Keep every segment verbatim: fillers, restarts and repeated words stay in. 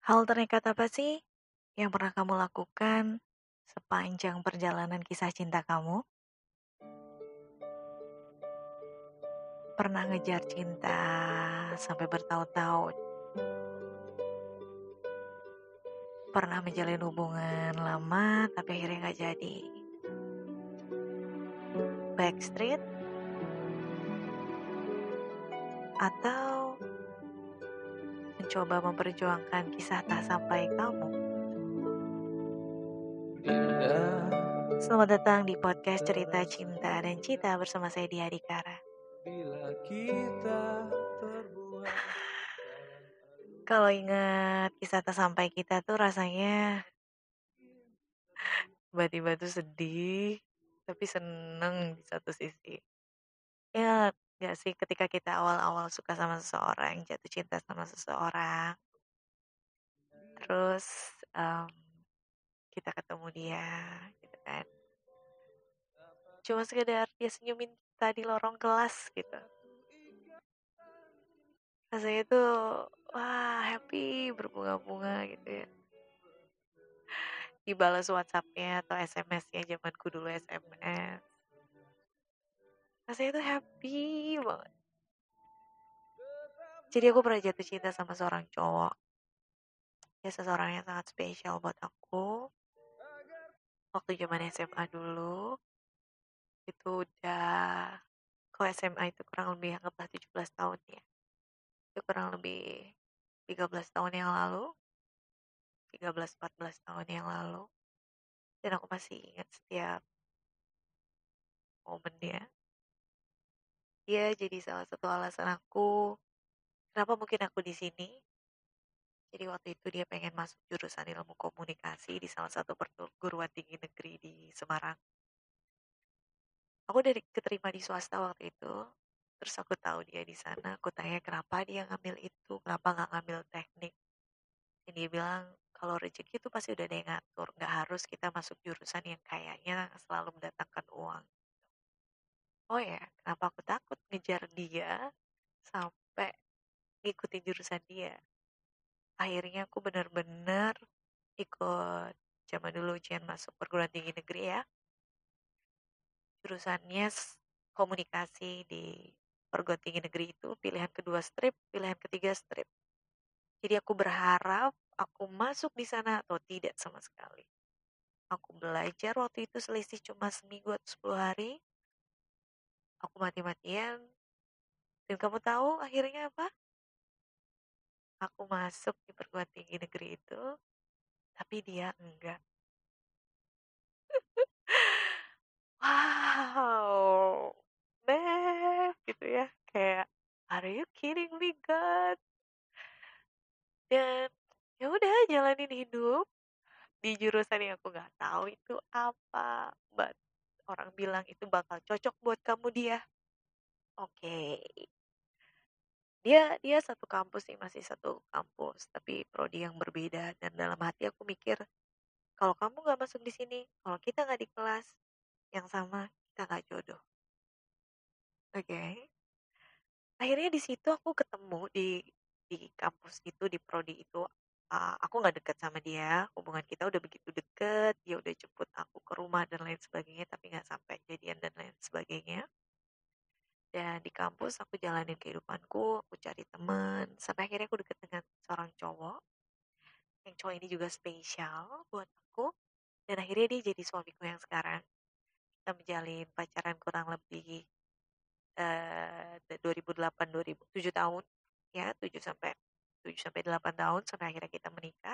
Hal ternekat apa sih yang pernah kamu lakukan sepanjang perjalanan kisah cinta kamu? Pernah ngejar cinta sampai bertahun-tahun? Pernah menjalin hubungan lama tapi akhirnya nggak jadi? Backstreet? Atau mencoba memperjuangkan kisah tak sampai kamu? Selamat datang di podcast Cerita Cinta dan Cita bersama saya Dia Dikara. Bila kita terbuai Kalau ingat kisah tak sampai kita tuh rasanya tiba-tiba tuh sedih, tapi seneng di satu sisi. Ya, gak sih ketika kita awal-awal suka sama seseorang, jatuh cinta sama seseorang, terus em, kita ketemu dia, gitu kan. Cuma sekedar dia senyumin kita di lorong kelas gitu. Rasanya tuh, wah happy, berbunga-bunga gitu ya. Dibalas WhatsApp-nya atau S M S-nya, zamanku dulu S M S. Rasanya tuh happy banget. Jadi aku pernah jatuh cinta sama seorang cowok. Dia seseorang yang sangat spesial buat aku. Waktu zaman S M A dulu, itu udah, kalau S M A itu kurang lebih anggaplah tujuh belas tahun ya. Itu kurang lebih tiga belas tahun yang lalu, tiga belas empat belas tahun yang lalu. Dan aku masih ingat setiap momennya. Dia jadi salah satu alasan aku, kenapa mungkin aku di sini. Jadi waktu itu dia pengen masuk jurusan ilmu komunikasi di salah satu perguruan tinggi negeri di Semarang. Aku udah di- keterima di swasta waktu itu. Terus aku tahu dia di sana. Aku tanya kenapa dia ngambil itu, kenapa nggak ngambil teknik. Dan dia bilang kalau rezeki itu pasti udah ada yang ngatur. Nggak harus kita masuk jurusan yang kayaknya selalu mendatangkan uang. Oh ya, kenapa aku takut ngejar dia sampai ngikutin jurusan dia. Akhirnya aku benar-benar ikut zaman dulu ujian masuk perguruan tinggi negeri ya. Jurusannya s- komunikasi di perguruan tinggi negeri itu pilihan kedua strip, pilihan ketiga strip. Jadi aku berharap aku masuk di sana atau tidak sama sekali. Aku belajar waktu itu selisih cuma seminggu atau sepuluh hari. Aku mati-matian. Dan kamu tahu akhirnya apa? Aku masuk di perguruan tinggi negeri itu, tapi dia enggak. Wow, man, gitu ya. Kayak, are you kidding me, God? Dan ya udah jalanin hidup di jurusan yang aku nggak tahu itu apa. But orang bilang itu bakal cocok buat kamu dia. Oke. Dia dia satu kampus sih, masih satu kampus, tapi prodi yang berbeda. Dan dalam hati aku mikir, kalau kamu nggak masuk di sini, kalau kita nggak di kelas yang sama, kita nggak jodoh. Oke. Akhirnya di situ aku ketemu di di kampus itu, di prodi itu. Uh, aku nggak deket sama dia, hubungan kita udah begitu deket, dia udah jemput aku ke rumah dan lain sebagainya, tapi nggak sampai jadian dan lain sebagainya. Dan di kampus aku jalanin kehidupanku, aku cari teman, sampai akhirnya aku deket dengan seorang cowok. Yang cowok ini juga spesial buat aku, dan akhirnya dia jadi suamiku yang sekarang. Kita menjalin pacaran kurang lebih eh dua ribu delapan dua ribu tujuh tahun ya, tujuh sampai tujuh sampai delapan tahun sampai akhirnya kita menikah.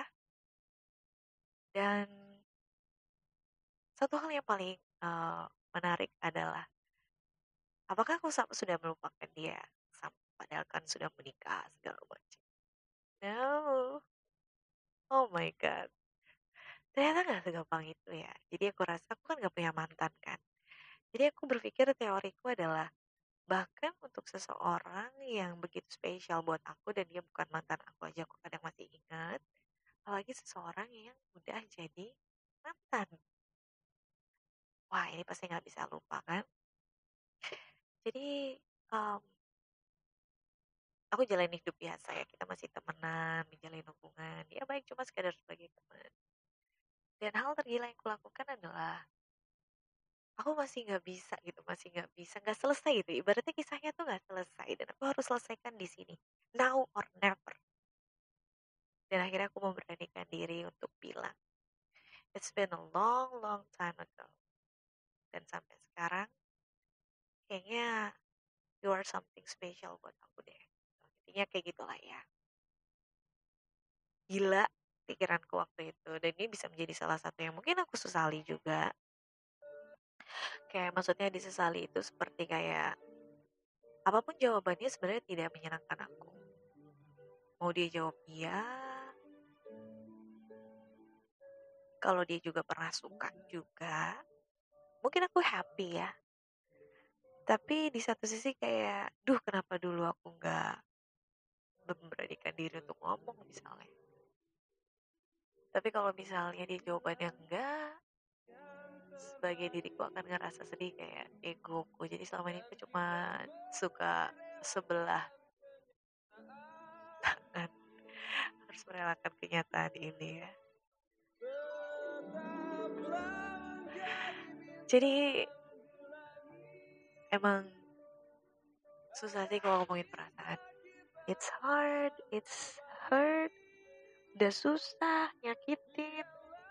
Dan satu hal yang paling eh, menarik adalah apakah aku sa- sudah melupakan dia sam- padahal kan sudah menikah segala macam. No, oh my god, ternyata nggak segampang itu ya. Jadi aku rasa aku kan nggak punya mantan kan. Jadi aku berpikir teoriku adalah bahkan untuk seseorang yang begitu spesial buat aku dan dia bukan mantan aku aja aku kadang masih ingat. Apalagi seseorang yang udah jadi mantan. Wah, ini pasti nggak bisa lupa kan? Jadi, em, aku jalani hidup biasa ya. Kita masih temenan, menjalin hubungan. Di ya baik cuma sekedar sebagai teman. Dan hal tergila yang kulakukan adalah aku masih nggak bisa gitu, masih nggak bisa, nggak selesai gitu. Ibaratnya kisahnya tuh nggak selesai dan aku harus selesaikan di sini. Now or never. Dan akhirnya aku memberanikan diri untuk bilang, it's been a long, long time ago. Dan sampai sekarang, kayaknya you are something special buat aku deh. Intinya kayak gitulah ya. Gila pikiranku waktu itu. Dan ini bisa menjadi salah satu yang mungkin aku sesali juga. Kayak maksudnya disesali itu seperti kayak apapun jawabannya sebenarnya tidak menyenangkan aku. Mau dia jawab iya, kalau dia juga pernah suka juga, mungkin aku happy ya. Tapi di satu sisi kayak, duh kenapa dulu aku nggak memberanikan diri untuk ngomong misalnya. Tapi kalau misalnya dia jawabannya enggak, sebagai diriku akan ngerasa sedih kayak egoku. Jadi selama ini aku cuma suka sebelah tangan. Harus merelakan kenyataan ini ya. Jadi emang susah sih kalau ngomongin perasaan. It's hard, it's hurt, udah susah, nyakitin.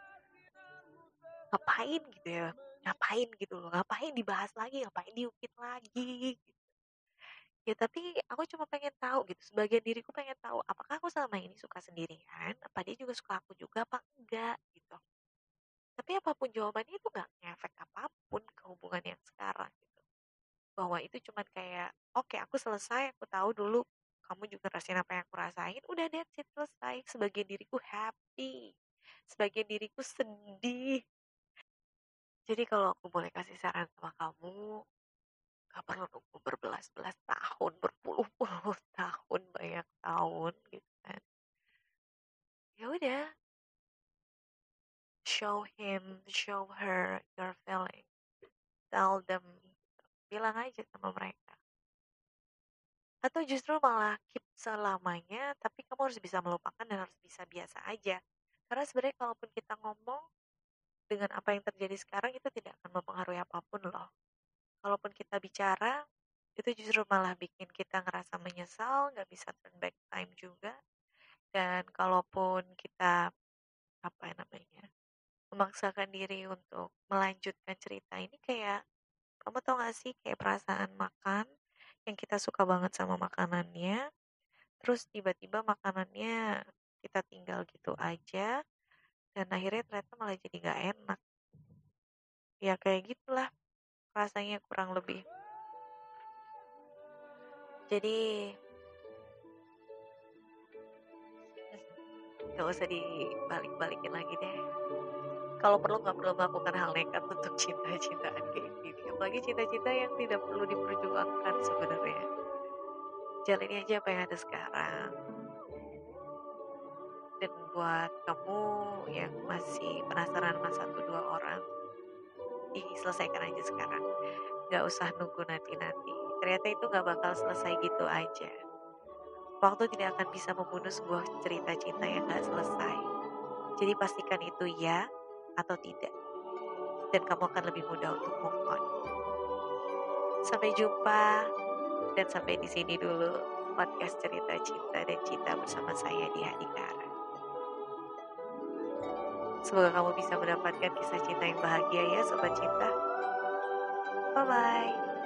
Ngapain gitu ya, ngapain gitu loh, ngapain dibahas lagi, ngapain diungkit lagi. Gitu. Ya tapi aku cuma pengen tahu gitu, sebagian diriku pengen tahu apakah aku selama ini suka sendirian, apa dia juga suka aku juga apa enggak gitu. Tapi apapun jawabannya itu gak ngefek apapun ke hubungan yang sekarang gitu. Bahwa itu cuman kayak, oke okay, aku selesai, aku tahu dulu kamu juga rasain apa yang aku rasain, udah that's it, selesai. Sebagian diriku happy, sebagian diriku sedih. Jadi kalau aku boleh kasih saran sama kamu, gak perlu nunggu berbelas-belas tahun, berpuluh-puluh tahun, banyak tahun gitu kan. Ya udah, show him, show her your feeling. Tell them, bilang aja sama mereka. Atau justru malah keep selamanya, tapi kamu harus bisa melupakan dan harus bisa biasa aja. Karena sebenarnya kalaupun kita ngomong dengan apa yang terjadi sekarang itu tidak akan mempengaruhi apapun loh. Kalaupun kita bicara, itu justru malah bikin kita ngerasa menyesal, nggak bisa turn back time juga. Dan kalaupun kita, apa namanya, memaksakan diri untuk melanjutkan cerita ini kayak, kamu tau gak sih, kayak perasaan makan, yang kita suka banget sama makanannya, terus tiba-tiba makanannya kita tinggal gitu aja, dan akhirnya ternyata malah jadi gak enak. Ya kayak gitulah rasanya kurang lebih. Jadi gak usah dibalik-balikin lagi deh. Kalau perlu gak perlu melakukan hal nekat untuk cinta-cintaan kayak gini. Apalagi cinta-cinta yang tidak perlu diperjuangkan sebenarnya. Jalani aja apa yang ada sekarang. Dan buat kamu yang masih penasaran sama satu dua orang, diselesaikan aja sekarang. Gak usah nunggu nanti-nanti. Ternyata itu gak bakal selesai gitu aja. Waktu tidak akan bisa membunuh sebuah cerita cinta yang gak selesai. Jadi pastikan itu ya atau tidak. Dan kamu akan lebih mudah untuk move on. Sampai jumpa dan sampai di sini dulu podcast cerita cinta dan cinta bersama saya di Hadikara. Semoga kamu bisa mendapatkan kisah cinta yang bahagia ya sobat cinta. Bye bye.